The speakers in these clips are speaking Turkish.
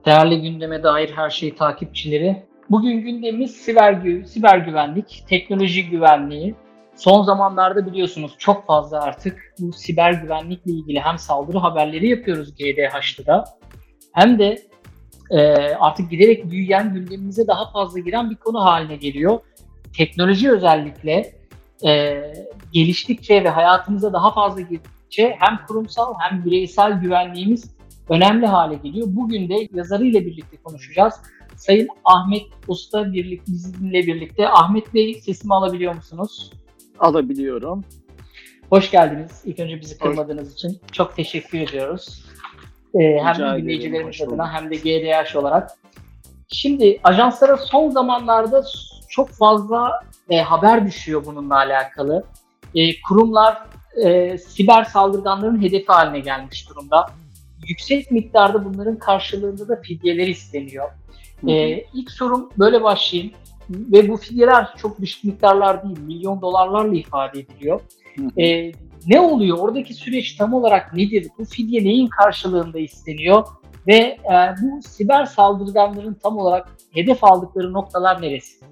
Değerli gündeme dair her şey takipçileri. Bugün gündemimiz siber güvenlik, teknoloji güvenliği. Son zamanlarda biliyorsunuz çok fazla artık bu siber güvenlikle ilgili hem saldırı haberleri yapıyoruz GDH'da hem de artık giderek büyüyen gündemimize daha fazla giren bir konu haline geliyor. Teknoloji özellikle geliştikçe ve hayatımıza daha fazla girdikçe hem kurumsal hem bireysel güvenliğimiz önemli hale geliyor. Bugün de yazarıyla birlikte konuşacağız. Sayın Ahmet Usta bizimle birlikte. Ahmet Bey, sesimi alabiliyor musunuz? Alabiliyorum. Hoş geldiniz. İlk önce bizi kırmadığınız için çok teşekkür ediyoruz. Hem de dinleyicilerimiz adına hem de GDH olarak. Şimdi ajanslara son zamanlarda çok fazla haber düşüyor bununla alakalı. Kurumlar siber saldırganların hedefi haline gelmiş durumda. Yüksek miktarda bunların karşılığında da fidyeler isteniyor. İlk sorum böyle başlayayım. Ve bu fidyeler çok düşük miktarlar değil, milyon dolarlarla ifade ediliyor. Ne oluyor? Oradaki süreç tam olarak nedir? Bu fidye neyin karşılığında isteniyor? Ve bu siber saldırganların tam olarak hedef aldıkları noktalar neresi?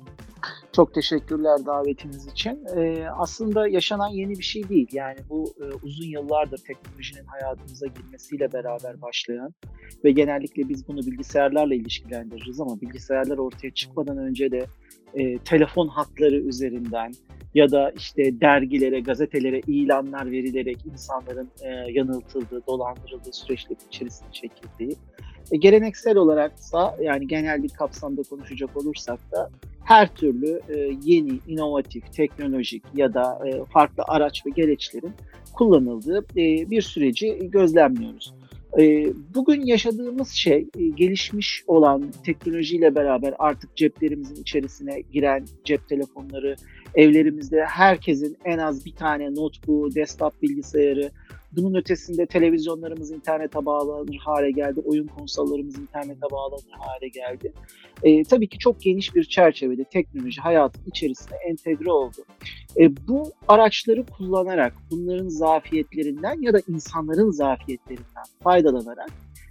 Çok teşekkürler davetiniz için. Aslında yaşanan yeni bir şey değil. Yani bu uzun yıllardır teknolojinin hayatımıza girmesiyle beraber başlayan ve genellikle biz bunu bilgisayarlarla ilişkilendiririz ama bilgisayarlar ortaya çıkmadan önce de telefon hatları üzerinden ya da işte dergilere, gazetelere ilanlar verilerek insanların yanıltıldığı, dolandırıldığı süreçlerin içerisine çekildiği. Geleneksel olaraksa yani genel bir kapsamda konuşacak olursak da her türlü yeni, inovatif, teknolojik ya da farklı araç ve gereçlerin kullanıldığı bir süreci gözlemliyoruz. Bugün yaşadığımız şey gelişmiş olan teknolojiyle beraber artık ceplerimizin içerisine giren cep telefonları, evlerimizde herkesin en az bir tane notebook'u, desktop bilgisayarı, bunun ötesinde televizyonlarımız internete bağlanır hale geldi, oyun konsollarımız internete bağlanır hale geldi. Tabii ki çok geniş bir çerçevede teknoloji hayatın içerisine entegre oldu. Bu araçları kullanarak, bunların zafiyetlerinden ya da insanların zafiyetlerinden faydalanarak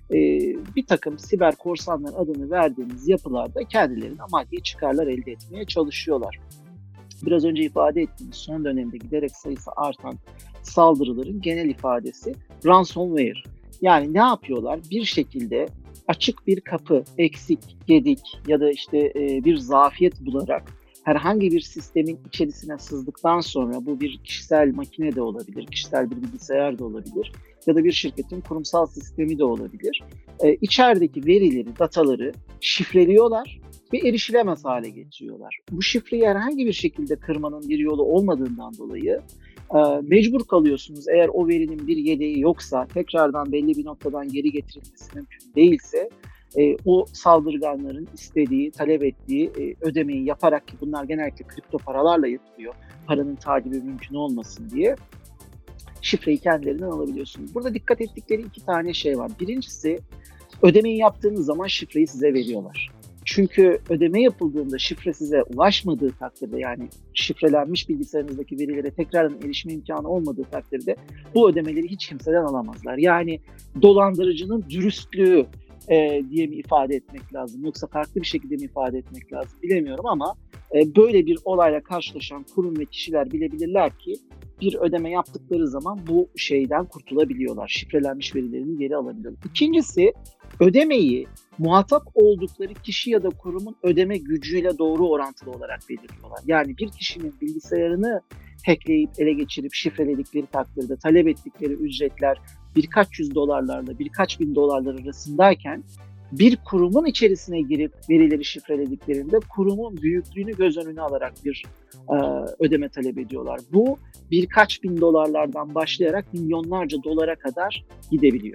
bir takım siber korsanlar adını verdiğimiz yapılarda kendilerine maddi çıkarlar elde etmeye çalışıyorlar. Biraz önce ifade ettiğimiz son dönemde giderek sayısı artan saldırıların genel ifadesi ransomware. Yani ne yapıyorlar? Bir şekilde açık bir kapı, eksik, gedik ya da işte bir zafiyet bularak herhangi bir sistemin içerisine sızdıktan sonra bu bir kişisel makine de olabilir, kişisel bir bilgisayar da olabilir ya da bir şirketin kurumsal sistemi de olabilir. İçerideki verileri, dataları şifreliyorlar ve erişilemez hale getiriyorlar. Bu şifreyi herhangi bir şekilde kırmanın bir yolu olmadığından dolayı mecbur kalıyorsunuz. Eğer o verinin bir yedeği yoksa, tekrardan belli bir noktadan geri getirilmesi mümkün değilse, o saldırganların istediği, talep ettiği ödemeyi yaparak, ki bunlar genellikle kripto paralarla yapılıyor, paranın takibi mümkün olmasın diye, şifreyi kendilerinden alabiliyorsunuz. Burada dikkat ettikleri iki tane şey var. Birincisi, ödemeyi yaptığınız zaman şifreyi size veriyorlar. Çünkü ödeme yapıldığında şifre size ulaşmadığı takdirde, yani şifrelenmiş bilgisayarınızdaki verilere tekrardan erişme imkanı olmadığı takdirde bu ödemeleri hiç kimseden alamazlar. Yani dolandırıcının dürüstlüğü diye mi ifade etmek lazım, yoksa farklı bir şekilde mi ifade etmek lazım bilemiyorum ama böyle bir olayla karşılaşan kurum ve kişiler bilebilirler ki bir ödeme yaptıkları zaman bu şeyden kurtulabiliyorlar. Şifrelenmiş verilerini geri alabiliyorlar. İkincisi, ödemeyi muhatap oldukları kişi ya da kurumun ödeme gücüyle doğru orantılı olarak belirliyorlar. Yani bir kişinin bilgisayarını hackleyip ele geçirip şifreledikleri takdirde talep ettikleri ücretler birkaç yüz dolarlarla birkaç bin dolarlar arasındayken bir kurumun içerisine girip verileri şifrelediklerinde kurumun büyüklüğünü göz önüne alarak bir ödeme talep ediyorlar. Bu birkaç bin dolarlardan başlayarak milyonlarca dolara kadar gidebiliyor.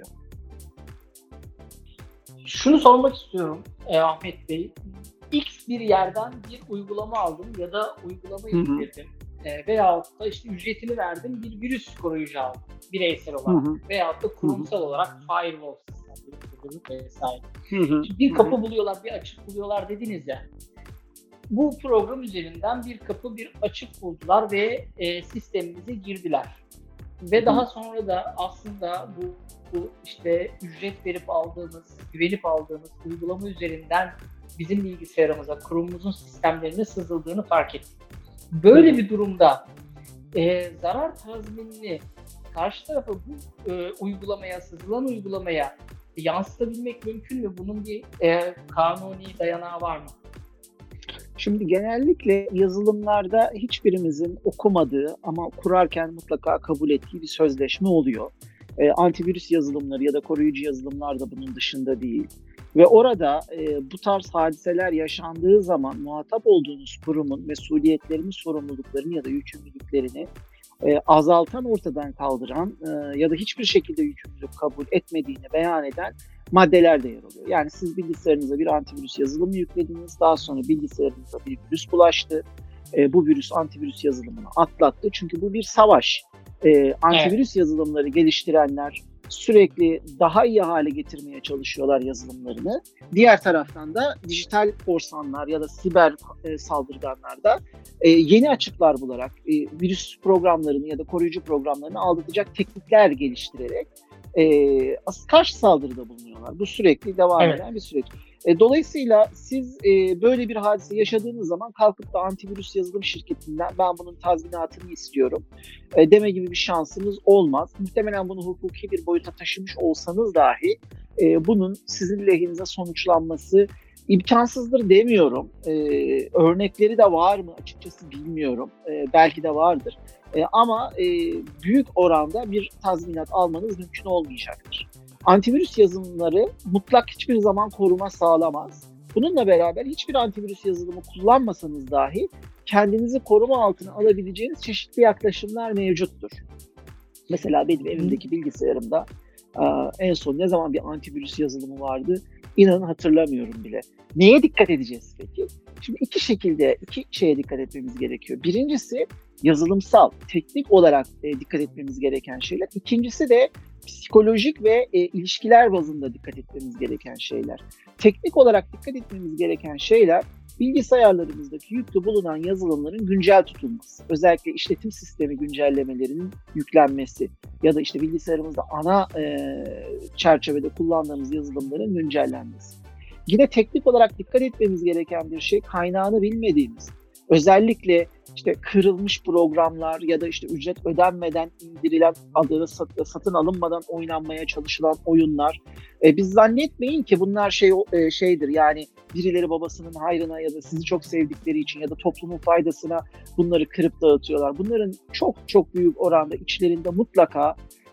Şunu sormak istiyorum Ahmet Bey. X bir yerden bir uygulama aldım ya da uygulama indirdim. Veyahut da işte ücretini verdim, bir virüs koruyucu aldım bireysel olarak. Veyahut da kurumsal olarak firewall sistemi vesaire. Bir kapı buluyorlar, bir açık buluyorlar dediniz ya. Bu program üzerinden bir kapı, bir açık buldular ve sistemimize girdiler. Ve daha sonra da aslında bu bu işte ücret verip aldığımız, güvenip aldığımız uygulama üzerinden bizim bilgisayarımıza, kurumumuzun sistemlerine sızıldığını fark ettik. Böyle bir durumda zarar tazminini karşı tarafa bu uygulamaya, sızılan uygulamaya yansıtabilmek mümkün mü? Bunun bir kanuni dayanağı var mı? Şimdi genellikle yazılımlarda hiçbirimizin okumadığı ama kurarken mutlaka kabul ettiği bir sözleşme oluyor. Antivirüs yazılımları ya da koruyucu yazılımlar da bunun dışında değil. Ve orada bu tarz hadiseler yaşandığı zaman muhatap olduğunuz kurumun mesuliyetlerini, sorumluluklarını ya da yükümlülüklerini azaltan, ortadan kaldıran ya da hiçbir şekilde yükümlülük kabul etmediğini beyan eden maddeler de yer alıyor. Yani siz bilgisayarınıza bir antivirüs yazılımı yüklediniz, daha sonra bilgisayarınıza bir virüs bulaştı. Bu virüs antivirüs yazılımını atlattı. Çünkü bu bir savaş. Antivirüs yazılımları geliştirenler sürekli daha iyi hale getirmeye çalışıyorlar yazılımlarını. Diğer taraftan da dijital korsanlar ya da siber saldırganlar da yeni açıklar bularak virüs programlarını ya da koruyucu programlarını aldatacak teknikler geliştirerek karşı saldırıda bulunuyorlar. Bu sürekli devam eden bir süreç. Dolayısıyla siz böyle bir hadise yaşadığınız zaman kalkıp da antivirüs yazılım şirketinden ben bunun tazminatını istiyorum deme gibi bir şansınız olmaz. Muhtemelen bunu hukuki bir boyuta taşımış olsanız dahi bunun sizin lehinize sonuçlanması imkansızdır demiyorum. Örnekleri de var mı açıkçası bilmiyorum. Belki de vardır. Ama büyük oranda bir tazminat almanız mümkün olmayacaktır. Antivirüs yazılımları mutlak hiçbir zaman koruma sağlamaz. Bununla beraber hiçbir antivirüs yazılımı kullanmasanız dahi kendinizi koruma altına alabileceğiniz çeşitli yaklaşımlar mevcuttur. Mesela benim evimdeki bilgisayarımda en son ne zaman bir antivirüs yazılımı vardı? İnanın hatırlamıyorum bile. Neye dikkat edeceğiz peki? Şimdi iki şeye dikkat etmemiz gerekiyor. Birincisi yazılımsal, teknik olarak dikkat etmemiz gereken şeyler. İkincisi de psikolojik ve ilişkiler bazında dikkat etmemiz gereken şeyler. Teknik olarak dikkat etmemiz gereken şeyler bilgisayarlarımızdaki yüklü bulunan yazılımların güncel tutulması. Özellikle işletim sistemi güncellemelerinin yüklenmesi ya da işte bilgisayarımızda ana çerçevede kullandığımız yazılımların güncellenmesi. Yine teknik olarak dikkat etmemiz gereken bir şey kaynağını bilmediğimiz, özellikle işte kırılmış programlar ya da işte ücret ödenmeden indirilen, satın alınmadan oynanmaya çalışılan oyunlar. Biz zannetmeyin ki bunlar şeydir, yani birileri babasının hayrına ya da sizi çok sevdikleri için ya da toplumun faydasına bunları kırıp dağıtıyorlar. Bunların çok çok büyük oranda içlerinde mutlaka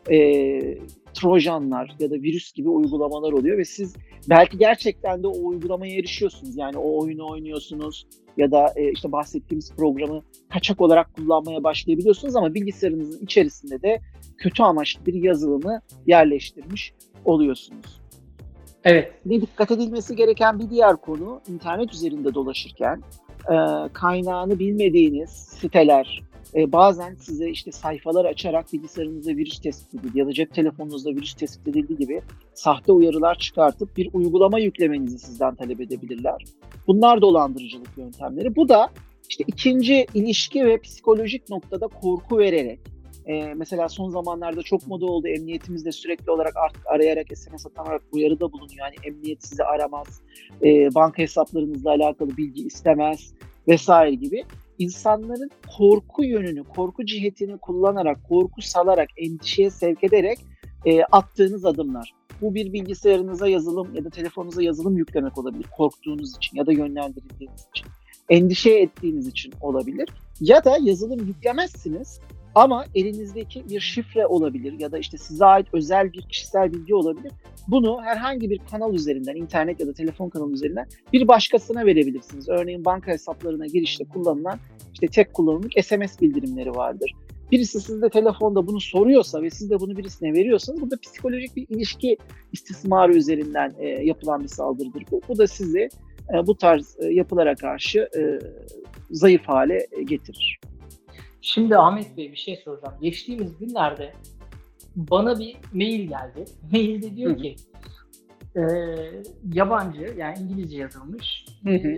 trojanlar ya da virüs gibi uygulamalar oluyor ve siz belki gerçekten de o uygulamaya erişiyorsunuz. Yani o oyunu oynuyorsunuz ya da işte bahsettiğimiz programı kaçak olarak kullanmaya başlayabiliyorsunuz ama bilgisayarınızın içerisinde de kötü amaçlı bir yazılımı yerleştirmiş oluyorsunuz. Evet. Ve dikkat edilmesi gereken bir diğer konu, internet üzerinde dolaşırken kaynağını bilmediğiniz siteler, bazen size işte sayfalar açarak bilgisayarınızda virüs tespit edildi ya da cep telefonunuzda virüs tespit edildiği gibi sahte uyarılar çıkartıp bir uygulama yüklemenizi sizden talep edebilirler. Bunlar dolandırıcılık yöntemleri. Bu da işte ikinci ilişki ve psikolojik noktada korku vererek, mesela son zamanlarda çok moda oldu, emniyetimizde sürekli olarak artık arayarak, SMS atarak uyarıda bulunuyor. Yani emniyet sizi aramaz, banka hesaplarınızla alakalı bilgi istemez vesaire gibi. İnsanların korku yönünü, korku cihetini kullanarak, korku salarak, endişeye sevk ederek attığınız adımlar. Bu bir bilgisayarınıza yazılım ya da telefonunuza yazılım yüklemek olabilir korktuğunuz için ya da yönlendirildiğiniz için. Endişe ettiğiniz için olabilir. Ya da yazılım yüklemezsiniz ama elinizdeki bir şifre olabilir ya da işte size ait özel bir kişisel bilgi olabilir. Bunu herhangi bir kanal üzerinden, internet ya da telefon kanalı üzerinden bir başkasına verebilirsiniz. Örneğin banka hesaplarına girişte kullanılan işte tek kullanımlık SMS bildirimleri vardır. Birisi sizde telefonda bunu soruyorsa ve siz de bunu birisine veriyorsanız bu da psikolojik bir ilişki istismarı üzerinden yapılan bir saldırıdır. Bu da sizi bu tarz yapılara karşı zayıf hale getirir. Şimdi Ahmet Bey bir şey soracağım. Geçtiğimiz günlerde bana bir mail geldi. Mailde diyor ki yabancı, yani İngilizce yazılmış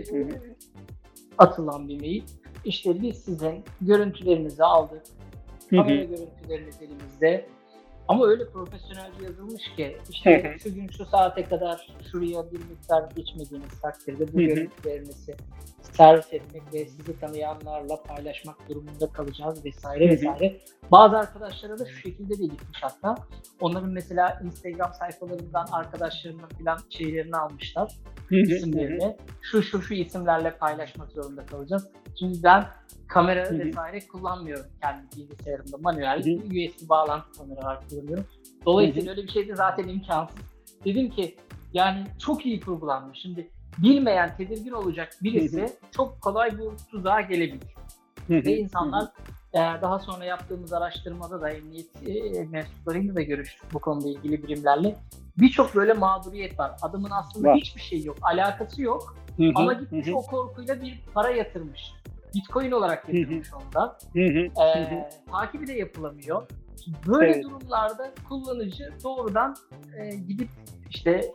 atılan bir mail. İşte biz sizin görüntülerinizi aldık. Kamera görüntüleriniz elimizde. Ama öyle profesyonelce yazılmış ki işte şu gün şu saate kadar şuraya bir miktar geçmediğiniz takdirde bu görüntülerinizi servis etmek ve sizi tanıyanlarla paylaşmak durumunda kalacağız vesaire vesaire. Bazı arkadaşlara da şu şekilde de gitmiş hatta. Onların mesela Instagram sayfalarından arkadaşlarının falan şeylerini almışlar. İsimlerini. Şu isimlerle paylaşmak zorunda kalacağız. Şimdi ben kamera vesaire kullanmıyorum kendi bilgisayarımda. Manuel USB bağlantı kameralar kullanıyorum. Dolayısıyla öyle bir şey de zaten imkansız. Dedim ki yani çok iyi kurgulanmış. Şimdi bilmeyen, tedirgin olacak birisi çok kolay bu tuzağa gelebilir. Ve insanlar daha sonra yaptığımız araştırmada da emniyet mensuplarıyla da görüştük bu konuyla ilgili birimlerle. Birçok böyle mağduriyet var. Adamın aslında hiçbir şey yok, alakası yok. Ama gitmiş o korkuyla bir para yatırmış. Bitcoin olarak yatırmış onda. Takibi de yapılamıyor. Böyle durumlarda kullanıcı doğrudan gidip işte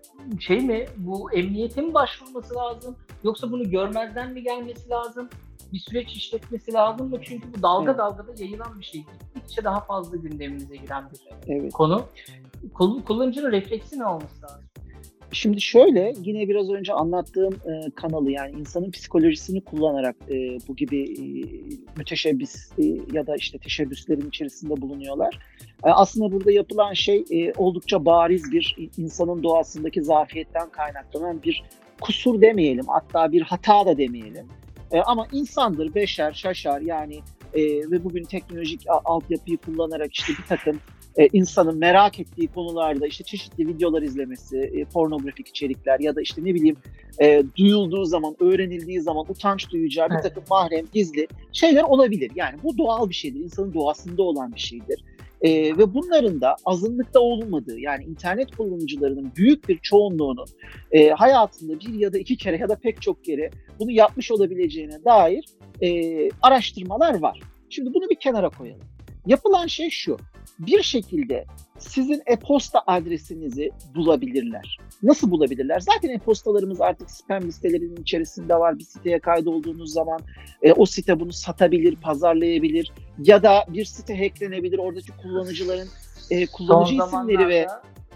bu emniyete mi başvurması lazım? Yoksa bunu görmezden mi gelmesi lazım? Bir süreç işletmesi lazım mı? Çünkü bu dalga dalga da yayılan bir şey. Gittikçe daha fazla gündemimize giren bir konu. Kullanıcının refleksi ne olması lazım? Şimdi şöyle, yine biraz önce anlattığım kanalı, yani insanın psikolojisini kullanarak bu gibi müteşebbis ya da işte teşebbüslerin içerisinde bulunuyorlar. Aslında burada yapılan şey oldukça bariz bir insanın doğasındaki zafiyetten kaynaklanan bir kusur demeyelim, hatta bir hata da demeyelim. Ama insandır, beşer, şaşar yani ve bugün teknolojik altyapıyı kullanarak işte bir takım insanın merak ettiği konularda işte çeşitli videolar izlemesi, pornografik içerikler ya da işte ne bileyim duyulduğu zaman, öğrenildiği zaman utanç duyacağı bir takım mahrem, gizli şeyler olabilir. Yani bu doğal bir şeydir, insanın doğasında olan bir şeydir. Ve bunların da azınlıkta olmadığı, yani internet kullanıcılarının büyük bir çoğunluğunun hayatında bir ya da iki kere ya da pek çok kere bunu yapmış olabileceğine dair araştırmalar var. Şimdi bunu bir kenara koyalım. Yapılan şey şu: bir şekilde sizin e-posta adresinizi bulabilirler. Nasıl bulabilirler? Zaten e-postalarımız artık spam listelerinin içerisinde var. Bir siteye kaydolduğunuz zaman o site bunu satabilir, pazarlayabilir ya da bir site hacklenebilir. Oradaki kullanıcıların kullanıcı isimleri ve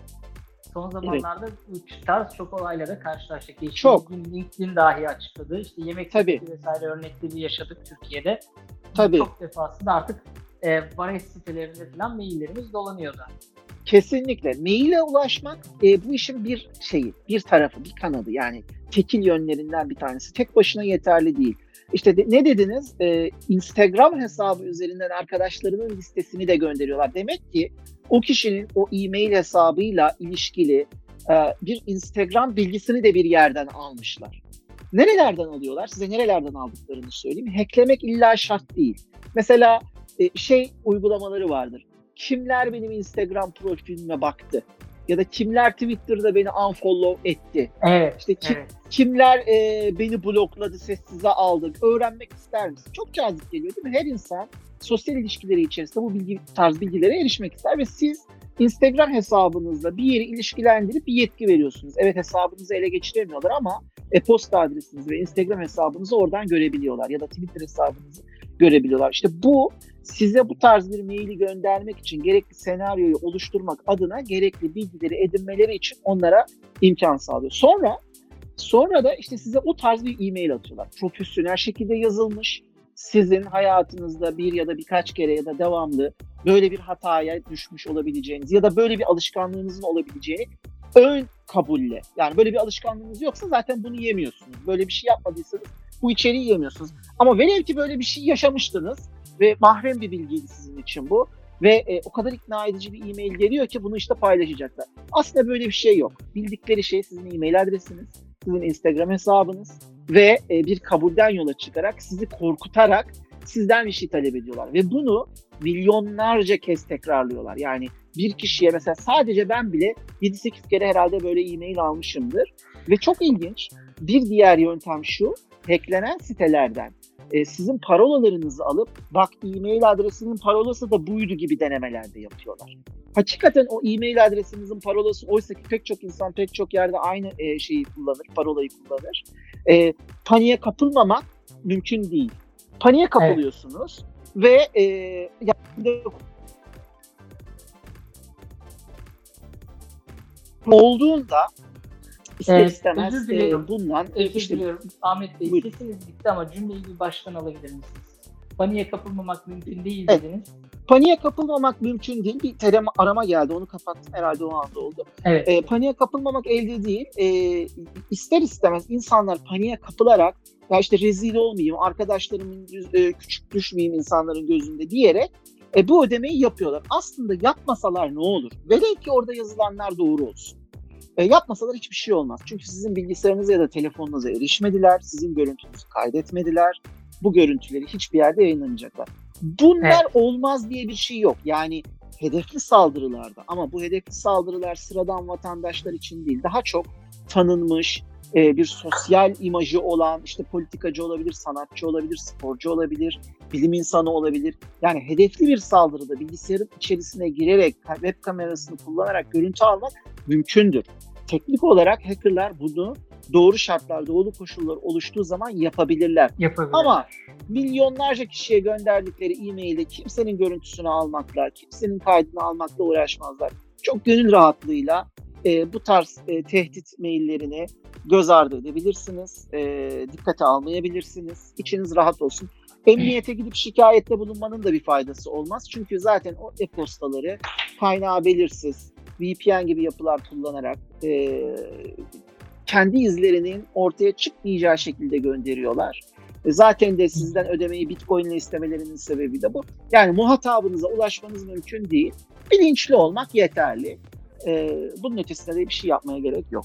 son zamanlarda bu tarz çok olaylara karşılaştık. Çok. LinkedIn dahi açıkladı. İşte yemek sepeti vesaire örnekleri yaşadık Türkiye'de. Çok defasında artık bahis sitelerinde falan maillerimiz dolanıyor da. Kesinlikle. Maile ulaşmak bu işin bir şeyi, bir tarafı, bir kanadı. Yani tekil yönlerinden bir tanesi. Tek başına yeterli değil. İşte ne dediniz? Instagram hesabı üzerinden arkadaşlarının listesini de gönderiyorlar. Demek ki o kişinin o e-mail hesabıyla ilişkili bir Instagram bilgisini de bir yerden almışlar. Nerelerden alıyorlar? Size nerelerden aldıklarını söyleyeyim. Hacklemek illa şart değil. Mesela uygulamaları vardır. Kimler benim Instagram profilime baktı? Ya da kimler Twitter'da beni unfollow etti? Evet. Kimler beni blokladı, sessize aldı? Öğrenmek ister misin? Çok cazip geliyor değil mi? Her insan sosyal ilişkileri içerisinde bu tarz bilgilere erişmek ister ve siz Instagram hesabınızla bir yeri ilişkilendirip bir yetki veriyorsunuz. Evet, hesabınızı ele geçiremiyorlar ama e-posta adresinizi ve Instagram hesabınızı oradan görebiliyorlar ya da Twitter hesabınızı görebiliyorlar. İşte bu size bu tarz bir maili göndermek için gerekli senaryoyu oluşturmak adına gerekli bilgileri edinmeleri için onlara imkan sağlıyor. Sonra da işte size o tarz bir e-mail atıyorlar. Profesyonel şekilde yazılmış. Sizin hayatınızda bir ya da birkaç kere ya da devamlı böyle bir hataya düşmüş olabileceğiniz ya da böyle bir alışkanlığınızın olabileceğini ön kabulle. Yani böyle bir alışkanlığınız yoksa zaten bunu yemiyorsunuz. Böyle bir şey yapmadıysanız bu içeriği yemiyorsunuz. Ama velev ki böyle bir şey yaşamıştınız ve mahrem bir bilgiydi sizin için bu ve o kadar ikna edici bir e-mail geliyor ki bunu işte paylaşacaklar. Aslında böyle bir şey yok. Bildikleri şey sizin e-mail adresiniz, sizin Instagram hesabınız ve bir kabulden yola çıkarak sizi korkutarak sizden bir şey talep ediyorlar. Ve bunu milyonlarca kez tekrarlıyorlar. Yani bir kişiye mesela sadece ben bile 7-8 kere herhalde böyle e-mail almışımdır. Ve çok ilginç, bir diğer yöntem şu: hacklenen sitelerden sizin parolalarınızı alıp bak e-mail adresinin parolası da buydu gibi denemeler de yapıyorlar. Hakikaten o e-mail adresinizin parolası oysa ki pek çok insan pek çok yerde aynı şeyi kullanır, parolayı kullanır. Paniğe kapılmamak mümkün değil. Paniğe kapılıyorsunuz ve olduğunda ister istemez özür diliyorum. bundan Özür diliyorum Ahmet Bey. Buyurun. Sesiniz gitti ama cümleyi bir baştan alabilir misiniz? Paniğe kapılmamak mümkün değil dediniz. Paniğe kapılmamak mümkün değil. Bir arama geldi. Onu kapattım. Herhalde o anda oldu. Evet. Paniğe kapılmamak elde değil. İster istemez insanlar paniğe kapılarak ya işte rezil olmayayım, arkadaşlarımın küçük düşmeyeyim insanların gözünde diyerek bu ödemeyi yapıyorlar. Aslında yapmasalar ne olur? Velev ki orada yazılanlar doğru olsun. Yapmasalar hiçbir şey olmaz. Çünkü sizin bilgisayarınıza ya da telefonunuza erişmediler. Sizin görüntünüzü kaydetmediler. Bu görüntüleri hiçbir yerde yayınlamayacaklar. Bunlar olmaz diye bir şey yok. Yani hedefli saldırılarda, ama bu hedefli saldırılar sıradan vatandaşlar için değil. Daha çok tanınmış, bir sosyal imajı olan, işte politikacı olabilir, sanatçı olabilir, sporcu olabilir, bilim insanı olabilir. Yani hedefli bir saldırıda bilgisayarın içerisine girerek, web kamerasını kullanarak görüntü almak mümkündür. Teknik olarak hackerlar bunu doğru şartlar, doğru koşullar oluştuğu zaman yapabilirler. Ama milyonlarca kişiye gönderdikleri e-mailde kimsenin görüntüsünü almakla, kimsenin kaydını almakla uğraşmazlar. Çok gönül rahatlığıyla bu tarz tehdit maillerini göz ardı edebilirsiniz, dikkate almayabilirsiniz. İçiniz rahat olsun. Emniyete gidip şikayette bulunmanın da bir faydası olmaz. Çünkü zaten o e-postaları kaynağı belirsiz, VPN gibi yapılar kullanarak kendi izlerinin ortaya çıkmayacağı şekilde gönderiyorlar. Zaten de sizden ödemeyi Bitcoin ile istemelerinin sebebi de bu. Yani muhatabınıza ulaşmanız mümkün değil. Bilinçli olmak yeterli. Bunun ötesinde de bir şey yapmaya gerek yok.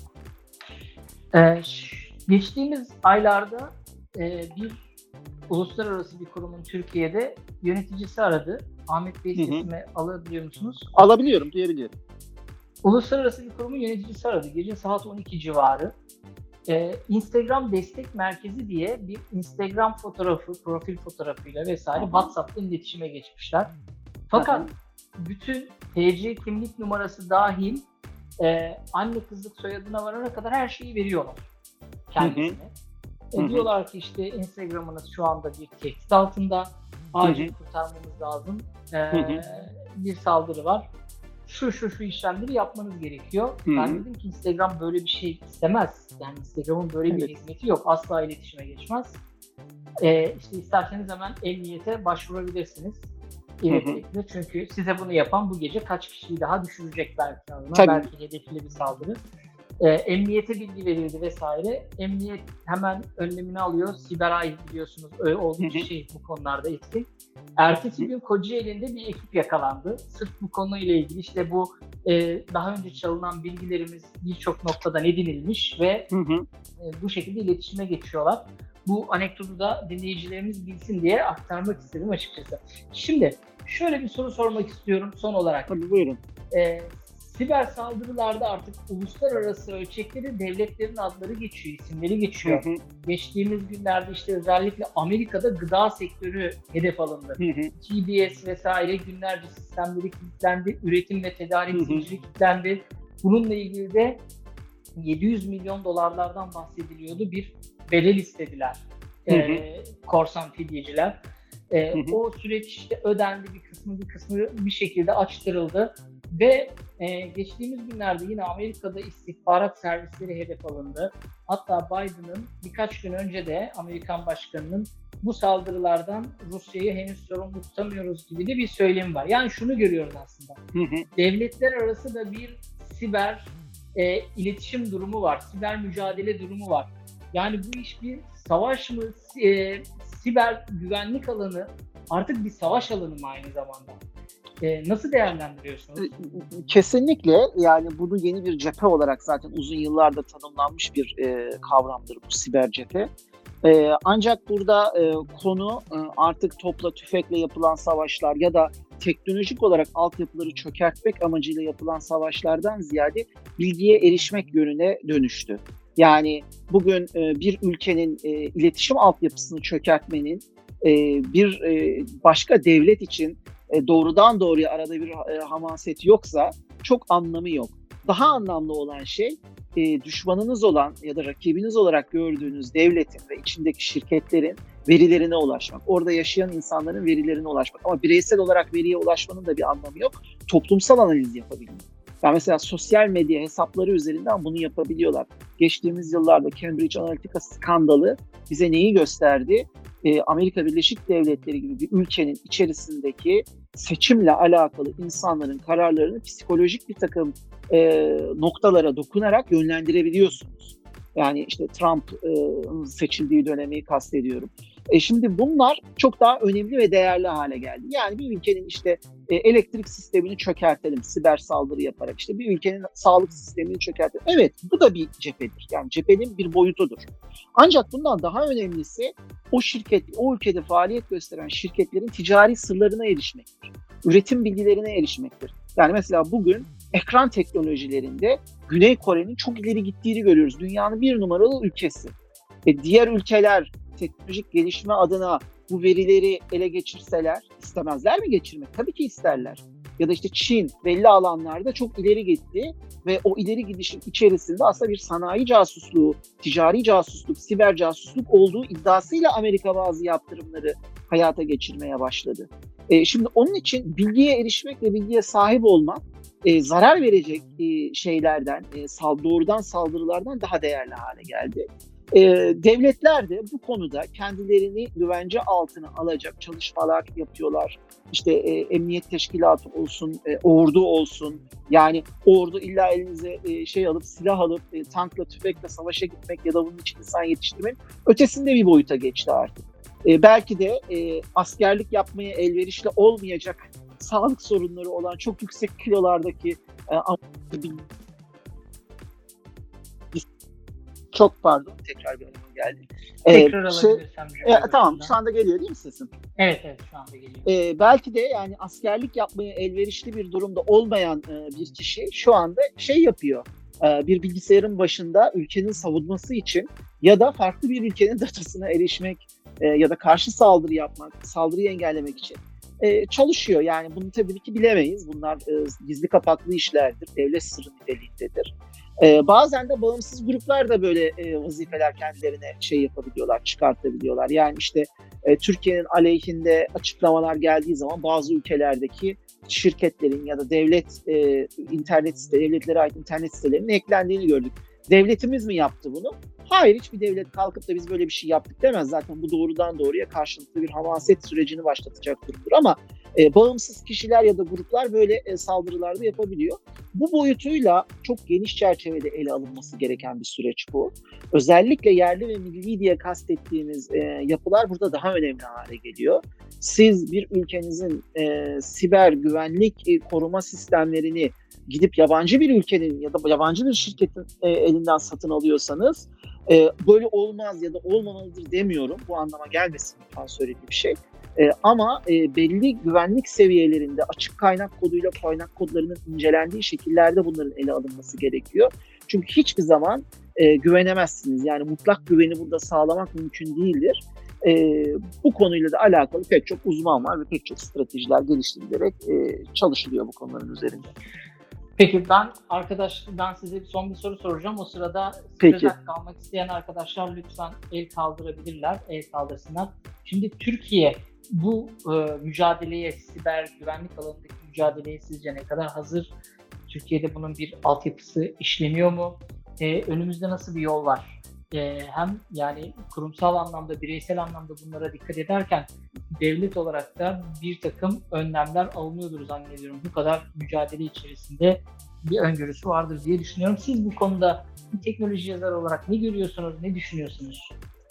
Geçtiğimiz aylarda bir uluslararası bir kurumun Türkiye'de yöneticisi aradı. Ahmet Bey sesimi alabiliyor musunuz? Alabiliyorum, duyabiliyorum. Uluslararası bir kurumun yöneticisi aradı. Gece saat 12 civarı. Instagram Destek Merkezi diye bir Instagram fotoğrafı, profil fotoğrafıyla vesaire WhatsApp'ta iletişime geçmişler. Fakat bütün TC kimlik numarası dahil anne kızlık soyadına varana kadar her şeyi veriyorlar kendisine. Diyorlar ki işte Instagram'ınız şu anda bir tehdit altında, acil kurtarmamız lazım, bir saldırı var. Şu işlemleri yapmanız gerekiyor. Ben dedim ki Instagram böyle bir şey istemez. Yani Instagram'ın böyle bir hizmeti yok. Asla iletişime geçmez. İşte isterseniz hemen emniyete başvurabilirsiniz. Çünkü size bunu yapan bu gece kaç kişiyi daha düşürecek belki anına. Belki hedefli bir saldırı. Emniyete bilgi verildi vesaire. Emniyet hemen önlemini alıyor. Siberay biliyorsunuz oldukça bu konularda etkin. Ertesi gün Kocaeli'nde bir ekip yakalandı. Sırf bu konuyla ilgili işte bu daha önce çalınan bilgilerimiz birçok noktadan edinilmiş ve bu şekilde iletişime geçiyorlar. Bu anekdotu da dinleyicilerimiz bilsin diye aktarmak istedim açıkçası. Şimdi şöyle bir soru sormak istiyorum son olarak. Tabii buyurun. Siber saldırılarda artık uluslararası ölçekleri devletlerin adları geçiyor, isimleri geçiyor. Geçtiğimiz günlerde işte özellikle Amerika'da gıda sektörü hedef alındı. TBS vesaire günlerce sistemleri kilitlendi, üretim ve tedarik zinciri kilitlendi. Bununla ilgili de 700 milyon dolarlardan bahsediliyordu. Bir bedel istediler korsan fidyeciler. O süreç işte ödendi, bir kısmı bir şekilde açtırıldı. Ve geçtiğimiz günlerde yine Amerika'da istihbarat servisleri hedef alındı. Hatta Biden'ın birkaç gün önce de Amerikan Başkanı'nın bu saldırılardan Rusya'yı henüz sorumlu tutamıyoruz gibi de bir söylemi var. Yani şunu görüyoruz aslında. Devletler arası da bir siber iletişim durumu var. Siber mücadele durumu var. Yani bu iş bir savaş mı? Siber güvenlik alanı artık bir savaş alanı mı aynı zamanda? Nasıl değerlendiriyorsunuz? Kesinlikle, yani bunu yeni bir cephe olarak zaten uzun yıllardır tanımlanmış bir kavramdır bu siber cephe. Ancak burada konu artık topla tüfekle yapılan savaşlar ya da teknolojik olarak altyapıları çökertmek amacıyla yapılan savaşlardan ziyade bilgiye erişmek yönüne dönüştü. Yani bugün bir ülkenin iletişim altyapısını çökertmenin bir başka devlet için doğrudan doğruya arada bir hamaset yoksa çok anlamı yok. Daha anlamlı olan şey düşmanınız olan ya da rakibiniz olarak gördüğünüz devletin ve içindeki şirketlerin verilerine ulaşmak. Orada yaşayan insanların verilerine ulaşmak. Ama bireysel olarak veriye ulaşmanın da bir anlamı yok. Toplumsal analiz yapabilmek. Yani mesela sosyal medya hesapları üzerinden bunu yapabiliyorlar. Geçtiğimiz yıllarda Cambridge Analytica skandalı bize neyi gösterdi? Amerika Birleşik Devletleri gibi bir ülkenin içerisindeki seçimle alakalı insanların kararlarını psikolojik bir takım noktalara dokunarak yönlendirebiliyorsunuz. Yani işte Trump'ın seçildiği dönemi kastediyorum. Şimdi bunlar çok daha önemli ve değerli hale geldi. Yani bir ülkenin işte elektrik sistemini çökertelim, siber saldırı yaparak işte bir ülkenin sağlık sistemini çökertelim. Evet, bu da bir cephedir. Yani cephenin bir boyutudur. Ancak bundan daha önemlisi o şirket, o ülkede faaliyet gösteren şirketlerin ticari sırlarına erişmektir. Üretim bilgilerine erişmektir. Yani mesela bugün ekran teknolojilerinde Güney Kore'nin çok ileri gittiğini görüyoruz. Dünyanın bir numaralı ülkesi. Diğer ülkeler teknolojik gelişme adına bu verileri ele geçirseler istemezler mi geçirmek? Tabii ki isterler. Ya da işte Çin belli alanlarda çok ileri gitti ve o ileri gidişin içerisinde aslında bir sanayi casusluğu, ticari casusluk, siber casusluk olduğu iddiasıyla Amerika bazı yaptırımları hayata geçirmeye başladı. Şimdi onun için bilgiye erişmek ve bilgiye sahip olmak zarar verecek şeylerden, doğrudan saldırılardan daha değerli hale geldi. Devletler de bu konuda kendilerini güvence altına alacak çalışmalar yapıyorlar. İşte emniyet teşkilatı olsun, ordu olsun. Yani ordu illa elinize silah alıp tankla, tüfekle savaşa gitmek ya da bunun için insan yetiştirmek ötesinde bir boyuta geçti artık. Belki de askerlik yapmaya elverişli olmayacak sağlık sorunları olan çok yüksek kilolardaki çok pardon, tekrar bir arama geldi. Tekrar alabilirsem. Tamam, şu anda geliyor değil mi sesim? Evet, şu anda geliyor. Belki de yani askerlik yapmaya elverişli bir durumda olmayan bir kişi şu anda yapıyor. Bir bilgisayarın başında ülkenin savunması için ya da farklı bir ülkenin datasına erişmek ya da karşı saldırı yapmak, saldırıyı engellemek için çalışıyor. Yani bunu tabii ki bilemeyiz. Bunlar gizli kapaklı işlerdir, devlet sırrı niteliğindedir. Bazen de bağımsız gruplar da böyle vazifeler kendilerine yapabiliyorlar, çıkartabiliyorlar. Yani işte Türkiye'nin aleyhinde açıklamalar geldiği zaman bazı ülkelerdeki şirketlerin ya da devletlere ait internet sitelerinin eklendiğini gördük. Devletimiz mi yaptı bunu? Hayır, hiçbir devlet kalkıp da biz böyle bir şey yaptık demez. Zaten bu doğrudan doğruya karşılıklı bir hamaset sürecini başlatacak durumdur. Ama bağımsız kişiler ya da gruplar böyle saldırılarda yapabiliyor. Bu boyutuyla çok geniş çerçevede ele alınması gereken bir süreç bu. Özellikle yerli ve milli diye kastettiğimiz yapılar burada daha önemli hale geliyor. Siz bir ülkenizin siber güvenlik koruma sistemlerini gidip yabancı bir ülkenin ya da yabancı bir şirketin elinden satın alıyorsanız böyle olmaz ya da olmamalıdır demiyorum. Bu anlama gelmesin lütfen söylediğim şey. Ama belli güvenlik seviyelerinde açık kaynak koduyla kaynak kodlarının incelendiği şekillerde bunların ele alınması gerekiyor. Çünkü hiçbir zaman güvenemezsiniz. Yani mutlak güveni burada sağlamak mümkün değildir. Bu konuyla da alakalı pek çok uzman var ve pek çok stratejiler geliştirilerek çalışılıyor bu konuların üzerinde. Peki ben size son bir soru soracağım. O sırada söz kalmak isteyen arkadaşlar lütfen el kaldırsınlar. Şimdi Türkiye bu mücadeleye, siber güvenlik alanındaki mücadeleye sizce ne kadar hazır? Türkiye'de bunun bir altyapısı işleniyor mu? Önümüzde nasıl bir yol var? Hem yani kurumsal anlamda, bireysel anlamda bunlara dikkat ederken devlet olarak da bir takım önlemler alınıyordur zannediyorum. Bu kadar mücadele içerisinde bir öngörüsü vardır diye düşünüyorum. Siz bu konuda bir teknoloji yazarı olarak ne görüyorsunuz, ne düşünüyorsunuz?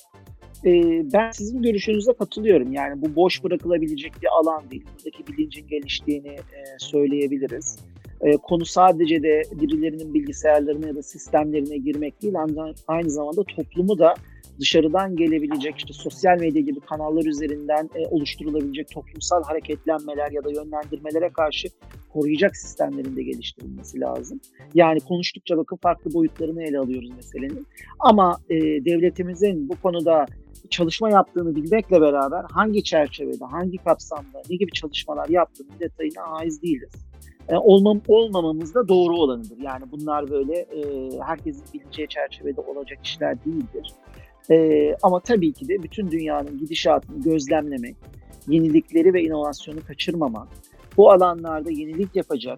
Ben sizin görüşünüze katılıyorum. Yani bu boş bırakılabilecek bir alan değil. Buradaki bilincin geliştiğini söyleyebiliriz. Konu sadece de birilerinin bilgisayarlarına ya da sistemlerine girmek değil, aynı zamanda toplumu da dışarıdan gelebilecek işte sosyal medya gibi kanallar üzerinden oluşturulabilecek toplumsal hareketlenmeler ya da yönlendirmelere karşı koruyacak sistemlerin de geliştirilmesi lazım. Yani konuştukça bakın farklı boyutlarını ele alıyoruz meselenin. Ama devletimizin bu konuda çalışma yaptığını bilmekle beraber hangi çerçevede, hangi kapsamda, ne gibi çalışmalar yaptığının detayına haiz değiliz. Olmamamız da doğru olanıdır. Yani bunlar böyle herkesin bileceği çerçevede olacak işler değildir. Ama tabii ki de bütün dünyanın gidişatını gözlemlemek, yenilikleri ve inovasyonu kaçırmamak, bu alanlarda yenilik yapacak,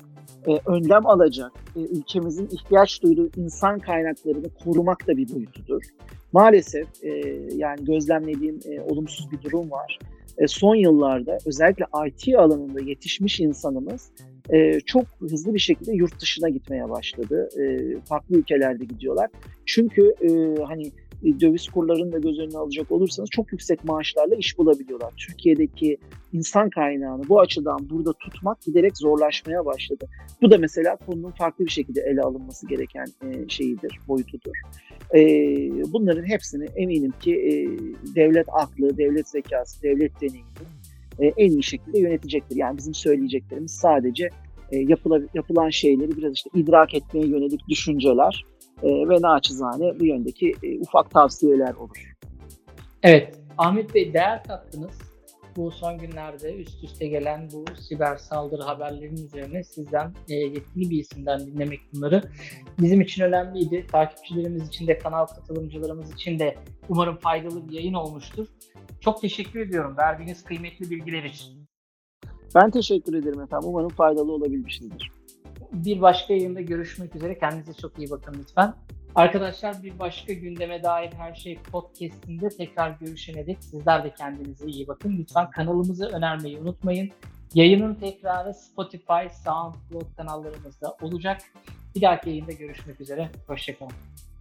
önlem alacak, ülkemizin ihtiyaç duyduğu insan kaynaklarını korumak da bir boyutudur. Maalesef yani gözlemlediğim olumsuz bir durum var. Son yıllarda özellikle IT alanında yetişmiş insanımız çok hızlı bir şekilde yurt dışına gitmeye başladı. Farklı ülkelerde gidiyorlar. Çünkü hani döviz kurlarını da göz önüne alacak olursanız çok yüksek maaşlarla iş bulabiliyorlar. Türkiye'deki insan kaynağını bu açıdan burada tutmak giderek zorlaşmaya başladı. Bu da mesela konunun farklı bir şekilde ele alınması gereken şeyidir, boyutudur. Bunların hepsini eminim ki devlet aklı, devlet zekası, devlet deneyimi en iyi şekilde yönetecektir. Yani bizim söyleyeceklerimiz sadece yapılan şeyleri biraz işte idrak etmeye yönelik düşünceler ve naçizane bu yöndeki ufak tavsiyeler olur. Evet, Ahmet Bey değer kattınız. Bu son günlerde üst üste gelen bu siber saldırı haberlerinin üzerine sizden yetkili bir isimden dinlemek bunları bizim için önemliydi. Takipçilerimiz için de, kanal katılımcılarımız için de umarım faydalı bir yayın olmuştur. Çok teşekkür ediyorum verdiğiniz kıymetli bilgiler için. Ben teşekkür ederim efendim. Umarım faydalı olabilmişizdir. Bir başka yayında görüşmek üzere. Kendinize çok iyi bakın lütfen. Arkadaşlar bir başka gündeme dair her şey podcast'inde tekrar görüşene dek sizler de kendinize iyi bakın. Lütfen kanalımızı önermeyi unutmayın. Yayının tekrarı Spotify, SoundCloud kanallarımızda olacak. Bir dahaki yayında görüşmek üzere. Hoşçakalın.